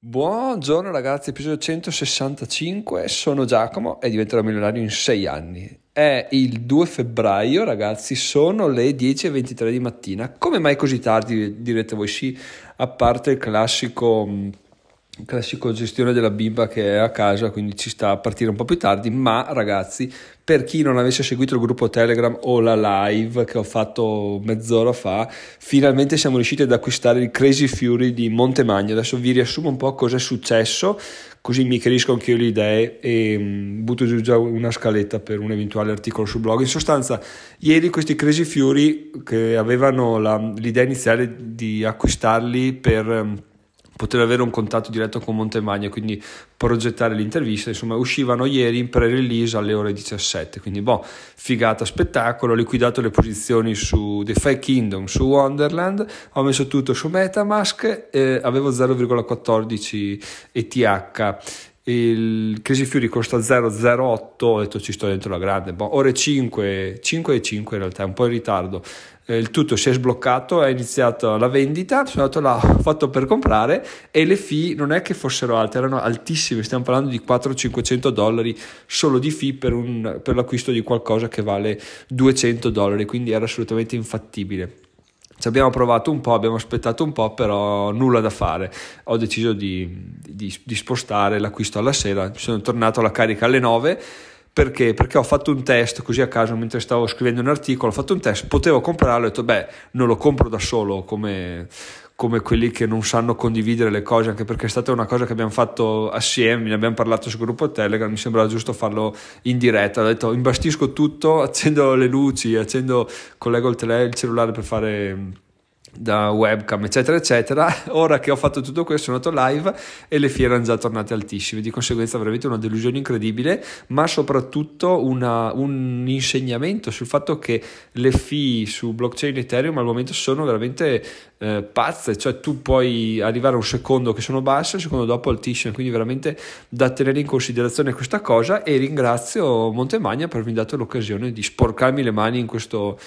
Buongiorno ragazzi, episodio 165, sono Giacomo e diventerò milionario in 6 anni. È il 2 febbraio ragazzi, sono le 10:23 di mattina. Come mai così tardi, direte voi? Sì, a parte il classico gestione della bimba che è a casa, quindi ci sta a partire un po' più tardi, ma ragazzi, per chi non avesse seguito il gruppo Telegram o la live che ho fatto mezz'ora fa, finalmente siamo riusciti ad acquistare il Crazy Fury di Montemagno. Adesso vi riassumo un po' cosa è successo, così mi chiarisco anche io le idee e butto giù già una scaletta per un eventuale articolo sul blog. In sostanza, ieri questi Crazy Fury che avevano l'idea iniziale di acquistarli per poter avere un contatto diretto con Montemagno, quindi progettare l'intervista, insomma uscivano ieri in pre-release alle ore 17, quindi figata, spettacolo. Ho liquidato le posizioni su The Five Kingdom, su Wonderland, ho messo tutto su Metamask, avevo 0,14 ETH. Il Crazy Fury costa 0,08, ho detto ci sto dentro la grande, ore 5 e 5 in realtà, è un po' in ritardo. Il tutto si è sbloccato, è iniziata la vendita, sono andato là, ho fatto per comprare e le fee non è che fossero alte, erano altissime, stiamo parlando di $400-500 solo di fee per l'acquisto di qualcosa che vale $200, quindi era assolutamente infattibile. Ci abbiamo provato un po', abbiamo aspettato un po', però nulla da fare. Ho deciso di spostare l'acquisto alla sera, sono tornato alla carica alle 9. Perché? Perché ho fatto un test così a caso mentre stavo scrivendo un articolo, ho fatto un test, potevo comprarlo, ho detto non lo compro da solo come quelli che non sanno condividere le cose, anche perché è stata una cosa che abbiamo fatto assieme, ne abbiamo parlato sul gruppo Telegram, mi sembrava giusto farlo in diretta. Ho detto imbastisco tutto, accendo le luci, collego il cellulare per fare da webcam eccetera eccetera. Ora che ho fatto tutto questo sono andato live e le fee erano già tornate altissime, di conseguenza veramente una delusione incredibile, ma soprattutto un insegnamento sul fatto che le fee su blockchain Ethereum al momento sono veramente pazze, cioè tu puoi arrivare a un secondo che sono basse, il secondo dopo altissime, quindi veramente da tenere in considerazione questa cosa. E ringrazio Montemagno per avermi dato l'occasione di sporcarmi le mani in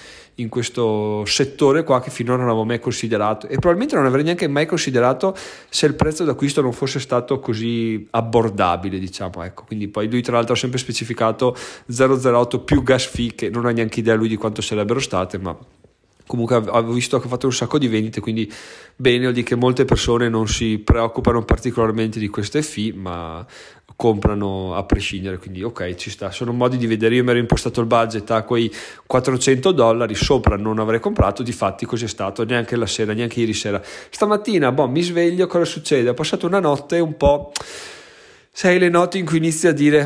questo settore qua che finora non avevo mai considerato, e probabilmente non avrei neanche mai considerato se il prezzo d'acquisto non fosse stato così abbordabile, diciamo, ecco. Quindi poi lui tra l'altro ha sempre specificato 0,08 più gas fee, che non ha neanche idea lui di quanto sarebbero state, ma comunque avevo visto che ha fatto un sacco di vendite, quindi bene, vuol dire che molte persone non si preoccupano particolarmente di queste fee, ma comprano a prescindere, quindi ok, ci sta. Sono modi di vedere. Io mi ero impostato il budget a quei $400, sopra non avrei comprato, difatti così è stato, neanche la sera, neanche ieri sera. Stamattina mi sveglio, cosa succede? Ho passato una notte un po', sai, le notti in cui inizi a dire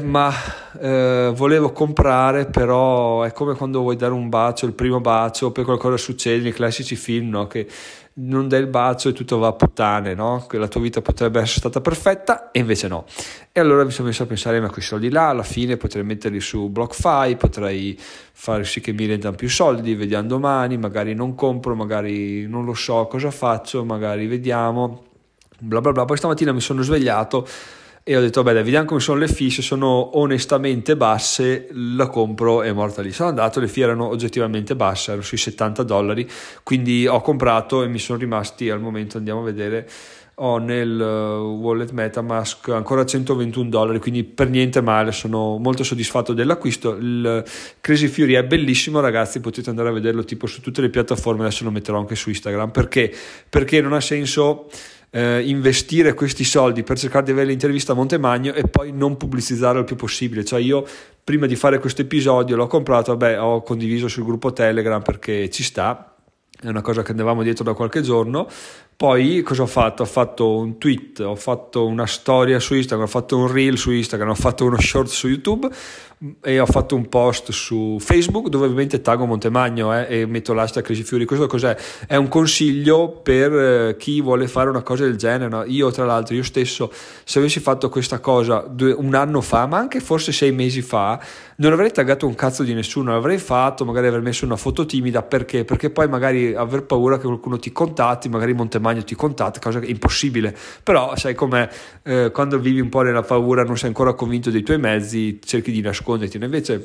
volevo comprare, però è come quando vuoi dare un bacio, il primo bacio, poi qualcosa succede nei classici film, no? Che non dai il bacio e tutto va a puttane, no? Che la tua vita potrebbe essere stata perfetta e invece no. E allora mi sono messo a pensare, ma quei soldi là alla fine potrei metterli su BlockFi, potrei fare sì che mi rendano più soldi, vediamo domani, magari non compro, magari non lo so cosa faccio, magari vediamo, bla bla bla. Poi stamattina mi sono svegliato e ho detto dai, vediamo come sono le fee, se sono onestamente basse la compro, è morta lì. Sono andato, le fee erano oggettivamente basse, erano sui $70, quindi ho comprato e mi sono rimasti al momento, andiamo a vedere, ho nel wallet Metamask ancora $121, quindi per niente male, sono molto soddisfatto dell'acquisto. Il Crazy Fury è bellissimo ragazzi, potete andare a vederlo tipo su tutte le piattaforme, adesso lo metterò anche su Instagram, perché non ha senso investire questi soldi per cercare di avere l'intervista a Montemagno e poi non pubblicizzare il più possibile. Cioè io prima di fare questo episodio l'ho comprato, ho condiviso sul gruppo Telegram perché ci sta, è una cosa che andavamo dietro da qualche giorno. Poi cosa ho fatto? Ho fatto un tweet, ho fatto una storia su Instagram, ho fatto un reel su Instagram, ho fatto uno short su YouTube e ho fatto un post su Facebook dove ovviamente taggo Montemagno e metto l'hashtag Crazy Fury. Questo cos'è? È un consiglio per chi vuole fare una cosa del genere, no? Io tra l'altro, io stesso, se avessi fatto questa cosa un anno fa, ma anche forse 6 mesi fa, non avrei taggato un cazzo di nessuno, l'avrei fatto, magari aver messo una foto timida, perché poi magari aver paura che qualcuno ti contatti, magari Montemagno ti contatta, cosa che è impossibile. Però sai com'è, quando vivi un po' nella paura, non sei ancora convinto dei tuoi mezzi, cerchi di nasconderti. Invece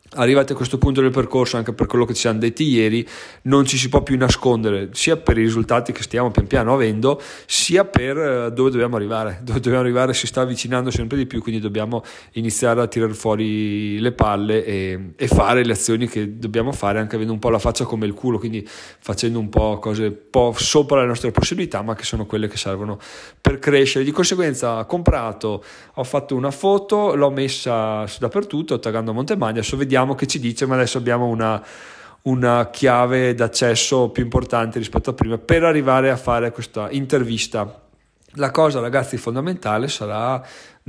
Arrivati a questo punto del percorso, anche per quello che ci siamo detti ieri, non ci si può più nascondere, sia per i risultati che stiamo pian piano avendo, sia per dove dobbiamo arrivare. Dove dobbiamo arrivare si sta avvicinando sempre di più, quindi dobbiamo iniziare a tirare fuori le palle e fare le azioni che dobbiamo fare, anche avendo un po' la faccia come il culo, quindi facendo un po' cose un po' sopra le nostre possibilità, ma che sono quelle che servono per crescere. Di conseguenza ho comprato, ho fatto una foto, l'ho messa dappertutto, taggando Montemagno. Adesso vediamo che ci dice, ma adesso abbiamo una chiave d'accesso più importante rispetto a prima per arrivare a fare questa intervista. La cosa, ragazzi, fondamentale sarà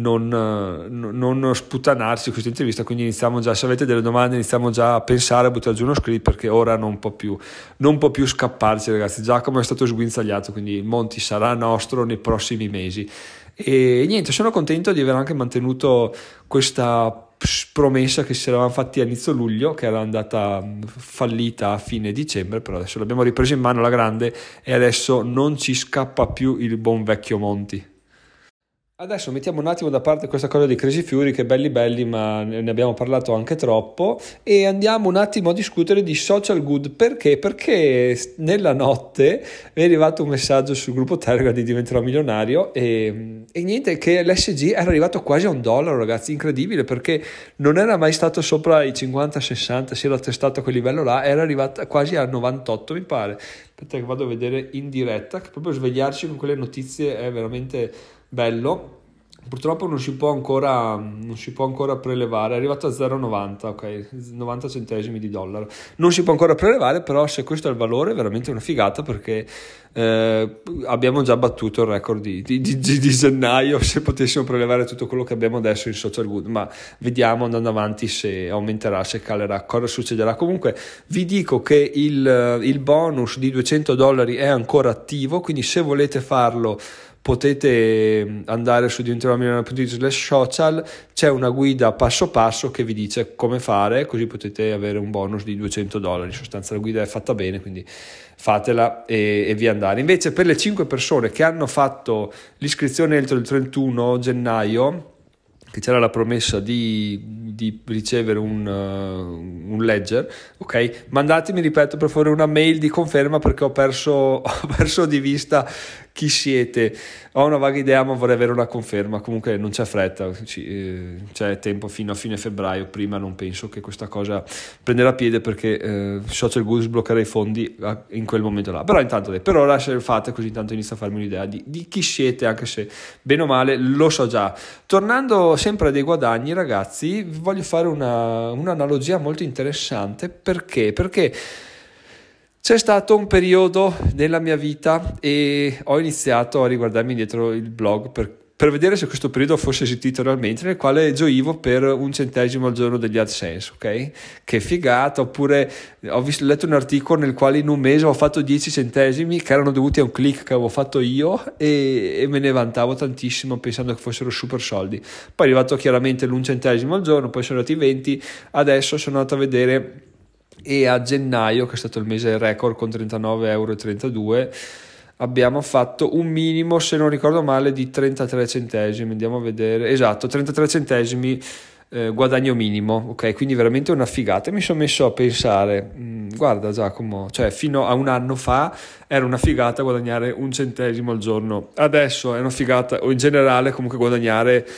non sputtanarsi questa intervista, quindi iniziamo già, se avete delle domande iniziamo già a pensare a buttare giù uno script, perché ora non può più scapparci, ragazzi. Giacomo è stato sguinzagliato, quindi il Monti sarà nostro nei prossimi mesi. E niente, sono contento di aver anche mantenuto questa promessa che ci eravamo fatti a inizio luglio, che era andata fallita a fine dicembre, però adesso l'abbiamo ripresa in mano alla grande e adesso non ci scappa più il buon vecchio Monti. Adesso mettiamo un attimo da parte questa cosa dei Crazy Fury, che belli, ma ne abbiamo parlato anche troppo, e andiamo un attimo a discutere di social good. Perché? Perché nella notte mi è arrivato un messaggio sul gruppo Telegram di Diventerò Milionario e niente, che l'SG era arrivato quasi a $1, ragazzi, incredibile, perché non era mai stato sopra i 50-60, si era testato a quel livello là, era arrivata quasi a 98 mi pare. Aspetta che vado a vedere in diretta, che proprio svegliarci con quelle notizie è veramente bello. Purtroppo non si può ancora prelevare, è arrivato a 0,90, ok, 90 centesimi di dollaro. Non si può ancora prelevare, però se questo è il valore è veramente una figata, perché abbiamo già battuto il record di gennaio, se potessimo prelevare tutto quello che abbiamo adesso in social good, ma vediamo andando avanti se aumenterà, se calerà, cosa succederà. Comunque vi dico che il bonus di $200 è ancora attivo, quindi se volete farlo potete andare su diventeromilionario.it/social, c'è una guida passo passo che vi dice come fare, così potete avere un bonus di $200. In sostanza la guida è fatta bene, quindi fatela e via andare. Invece per le 5 persone che hanno fatto l'iscrizione entro il 31 gennaio, che c'era la promessa di ricevere un ledger, ok, mandatemi, ripeto, per favore una mail di conferma, perché ho perso di vista chi siete. Ho una vaga idea, ma vorrei avere una conferma. Comunque non c'è fretta, c'è tempo fino a fine febbraio, prima non penso che questa cosa prenderà piede, perché Social Good sbloccherà i fondi in quel momento là. Però intanto per ora, se lo fate così, intanto inizio a farmi un'idea di chi siete, anche se bene o male lo so già. Tornando sempre a dei guadagni, ragazzi, vi voglio fare un'analogia molto interessante. Perché c'è stato un periodo nella mia vita e ho iniziato a riguardarmi indietro il blog per vedere se questo periodo fosse esistito realmente, nel quale gioivo per 1 centesimo al giorno degli AdSense, ok? Che figata. Oppure ho letto un articolo nel quale in un mese ho fatto 10 centesimi che erano dovuti a un click che avevo fatto io, e me ne vantavo tantissimo pensando che fossero super soldi. Poi è arrivato chiaramente l'1 centesimo al giorno, poi sono arrivati 20, adesso sono andato a vedere, e a gennaio, che è stato il mese record con 39,32 €, abbiamo fatto un minimo, se non ricordo male, di 33 centesimi. Andiamo a vedere, esatto, 33 centesimi guadagno minimo, ok, quindi veramente una figata. Mi sono messo a pensare, guarda Giacomo, cioè fino a un anno fa era una figata guadagnare 1 centesimo al giorno, adesso è una figata, o in generale comunque guadagnare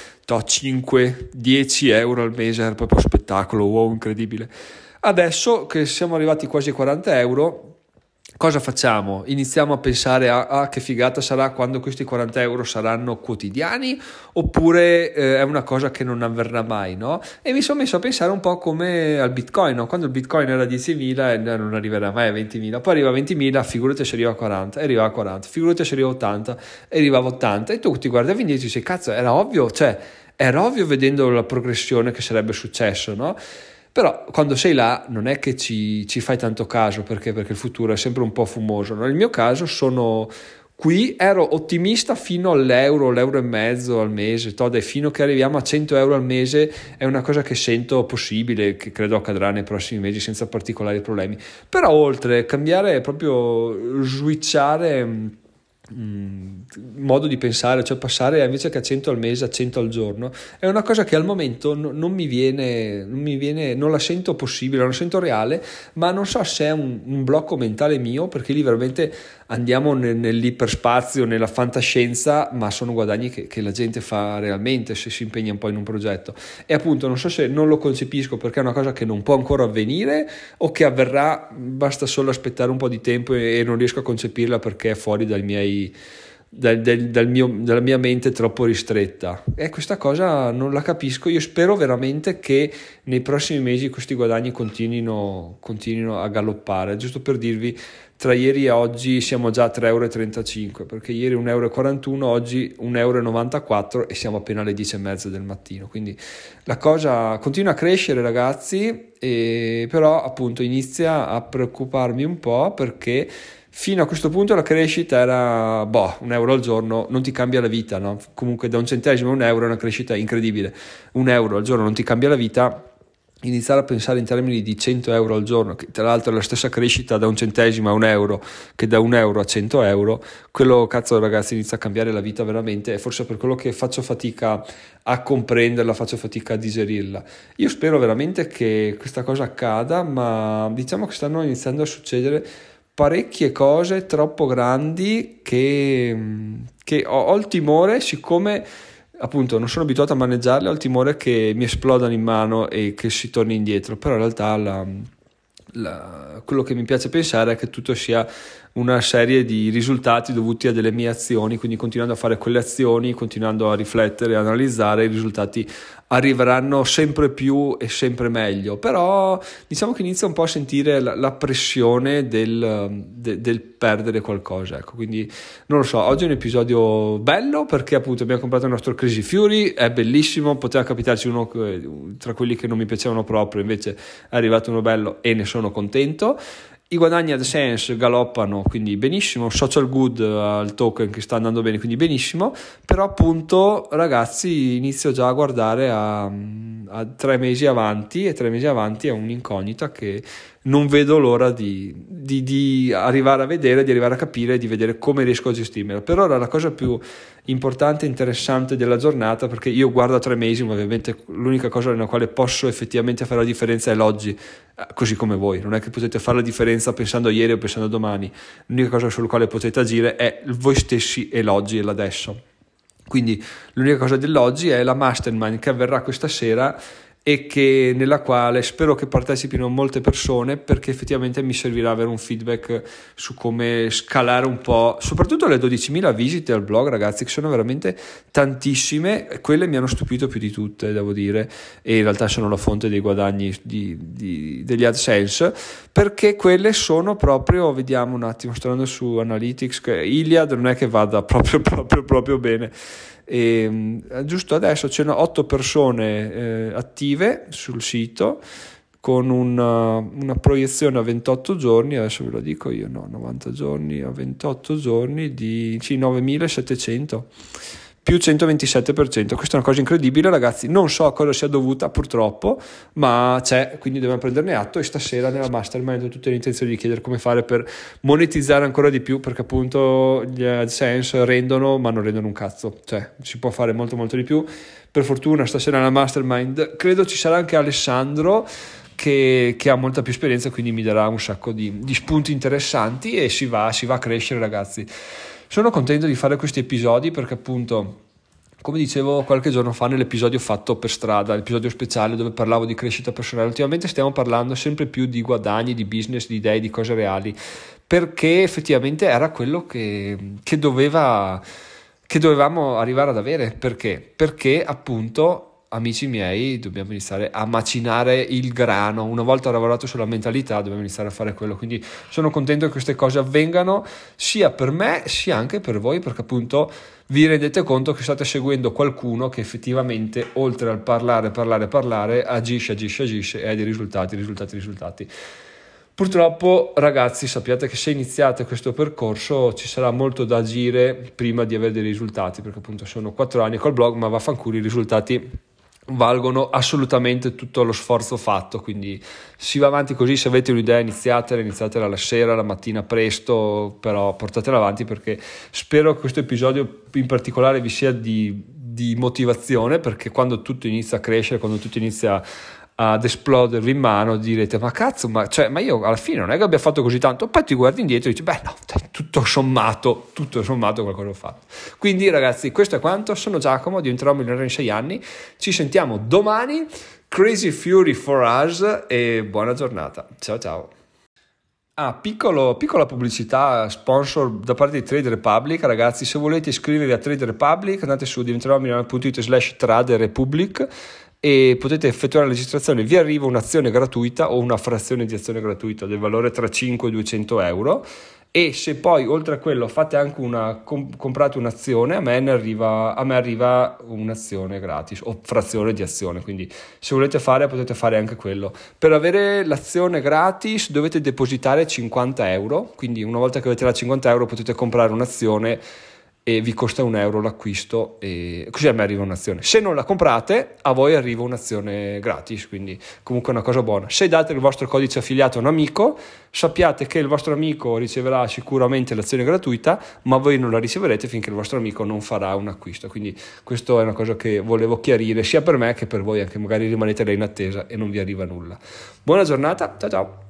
5-10 euro al mese era proprio spettacolo, wow, incredibile. Adesso che siamo arrivati quasi a 40 euro, cosa facciamo? Iniziamo a pensare a che figata sarà quando questi 40 euro saranno quotidiani, oppure è una cosa che non avverrà mai, no? E mi sono messo a pensare un po' come al Bitcoin, no? Quando il Bitcoin era a 10.000 e non arriverà mai a 20.000, poi arriva a 20.000, figurati se arriva a 40, e arriva a 40, figurati se arriva a 80, e arrivava a 80, e tu ti guardavi indietro e dici, cazzo, era ovvio vedendo la progressione che sarebbe successo, no? Però quando sei là non è che ci fai tanto caso, perché il futuro è sempre un po' fumoso, no? Nel mio caso sono qui, ero ottimista fino l'euro e mezzo al mese, fino che arriviamo a 100 euro al mese è una cosa che sento possibile, che credo accadrà nei prossimi mesi senza particolari problemi. Però oltre, cambiare proprio, switchare modo di pensare, cioè passare invece che a 100 al mese a 100 al giorno, è una cosa che al momento non mi viene, non la sento possibile, non la sento reale, ma non so se è un blocco mentale mio, perché lì veramente andiamo nell'iperspazio, nella fantascienza, ma sono guadagni che la gente fa realmente se si impegna un po' in un progetto. E appunto non so se non lo concepisco perché è una cosa che non può ancora avvenire o che avverrà, basta solo aspettare un po' di tempo e non riesco a concepirla perché è fuori dalla mia mente troppo ristretta, e questa cosa non la capisco. Io spero veramente che nei prossimi mesi questi guadagni continuino a galoppare. Giusto per dirvi, tra ieri e oggi siamo già a 3,35 euro, perché ieri 1,41 euro, oggi 1,94 euro e siamo appena alle 10:30 del mattino, quindi la cosa continua a crescere, ragazzi, però appunto inizia a preoccuparmi un po', perché fino a questo punto la crescita era 1 euro al giorno, non ti cambia la vita, no? Comunque da 1 centesimo a 1 euro è una crescita incredibile. 1 euro al giorno non ti cambia la vita. Iniziare a pensare in termini di 100 euro al giorno, che tra l'altro è la stessa crescita da 1 centesimo a 1 euro che da 1 euro a 100 euro, quello, cazzo ragazzi, inizia a cambiare la vita veramente, e forse per quello che faccio fatica a comprenderla, faccio fatica a digerirla. Io spero veramente che questa cosa accada, ma diciamo che stanno iniziando a succedere parecchie cose troppo grandi che ho il timore, siccome appunto non sono abituato a maneggiarle, ho il timore che mi esplodano in mano e che si torni indietro. Però in realtà quello che mi piace pensare è che tutto sia una serie di risultati dovuti a delle mie azioni, quindi continuando a fare quelle azioni, continuando a riflettere, a analizzare, i risultati arriveranno sempre più e sempre meglio. Però diciamo che inizio un po' a sentire la pressione del perdere qualcosa, ecco. Quindi non lo so, oggi è un episodio bello perché appunto abbiamo comprato il nostro Crazy Fury, è bellissimo, poteva capitarci uno tra quelli che non mi piacevano proprio, invece è arrivato uno bello e ne sono contento. I guadagni AdSense galoppano, quindi benissimo, social good al token che sta andando bene, quindi benissimo. Però appunto ragazzi inizio già a guardare a 3 mesi avanti, e 3 mesi avanti è un'incognita che non vedo l'ora di arrivare a vedere, di arrivare a capire, di vedere come riesco a gestirmela. Per ora la cosa più importante e interessante della giornata, perché io guardo a 3 mesi, ma ovviamente l'unica cosa nella quale posso effettivamente fare la differenza è l'oggi, così come voi, non è che potete fare la differenza pensando a ieri o pensando a domani, l'unica cosa sulla quale potete agire è voi stessi e l'oggi e l'adesso. Quindi l'unica cosa dell'oggi è la mastermind che avverrà questa sera e nella quale spero che partecipino molte persone, perché effettivamente mi servirà avere un feedback su come scalare un po', soprattutto le 12.000 visite al blog, ragazzi, che sono veramente tantissime. Quelle mi hanno stupito più di tutte, devo dire, e in realtà sono la fonte dei guadagni degli AdSense, perché quelle sono proprio, vediamo un attimo, sto andando su Analytics, che Iliad non è che vada proprio bene. E giusto adesso c'erano 8 persone attive sul sito con una proiezione a 28 giorni, adesso ve lo dico io, 90 giorni a 28 giorni di 9.700 più 127%. Questa è una cosa incredibile, ragazzi, non so a cosa sia dovuta purtroppo, ma c'è, quindi dobbiamo prenderne atto, e stasera nella mastermind ho tutte le intenzioni di chiedere come fare per monetizzare ancora di più, perché appunto gli AdSense rendono, ma non rendono un cazzo, cioè si può fare molto di più. Per fortuna stasera nella mastermind credo ci sarà anche Alessandro che ha molta più esperienza, quindi mi darà un sacco di spunti interessanti e si va a crescere, ragazzi. Sono contento di fare questi episodi perché appunto, come dicevo qualche giorno fa nell'episodio fatto per strada, l'episodio speciale dove parlavo di crescita personale, ultimamente stiamo parlando sempre più di guadagni, di business, di idee, di cose reali, perché effettivamente era quello che dovevamo arrivare ad avere. Perché appunto, amici miei, dobbiamo iniziare a macinare il grano. Una volta lavorato sulla mentalità, dobbiamo iniziare a fare quello. Quindi sono contento che queste cose avvengano sia per me sia anche per voi, perché appunto vi rendete conto che state seguendo qualcuno che effettivamente, oltre al parlare, agisce e ha dei risultati. Purtroppo, ragazzi, sappiate che se iniziate questo percorso ci sarà molto da agire prima di avere dei risultati, perché appunto sono 4 anni col blog, ma vaffanculo, i risultati valgono assolutamente tutto lo sforzo fatto, quindi si va avanti così. Se avete un'idea iniziatela la sera, la mattina presto, però portatela avanti, perché spero che questo episodio in particolare vi sia di motivazione, perché quando tutto inizia a crescere, quando tutto inizia ad esplodervi in mano, direte ma cazzo, ma io alla fine non è che abbia fatto così tanto, poi ti guardi indietro e dici beh no, tutto sommato qualcosa ho fatto. Quindi ragazzi, questo è quanto. Sono Giacomo, diventerò milionario in 6 anni, ci sentiamo domani. Crazy Fury for us e buona giornata, ciao ciao. Piccola pubblicità sponsor da parte di Trade Republic. Ragazzi, se volete iscrivervi a Trade Republic, andate su diventeròmilionario.it/Trade e potete effettuare la registrazione. Vi arriva un'azione gratuita o una frazione di azione gratuita del valore tra 5 e 200 euro. E se poi oltre a quello fate anche comprate un'azione, a me arriva un'azione gratis o frazione di azione, quindi se volete potete fare anche quello. Per avere l'azione gratis dovete depositare 50 euro, quindi una volta che avete la 50 euro potete comprare un'azione e vi costa €1 l'acquisto, e così a me arriva un'azione. Se non la comprate, a voi arriva un'azione gratis, quindi comunque è una cosa buona. Se date il vostro codice affiliato a un amico, sappiate che il vostro amico riceverà sicuramente l'azione gratuita, ma voi non la riceverete finché il vostro amico non farà un acquisto. Quindi questa è una cosa che volevo chiarire sia per me che per voi, anche magari rimanete là in attesa e non vi arriva nulla. Buona giornata, ciao ciao.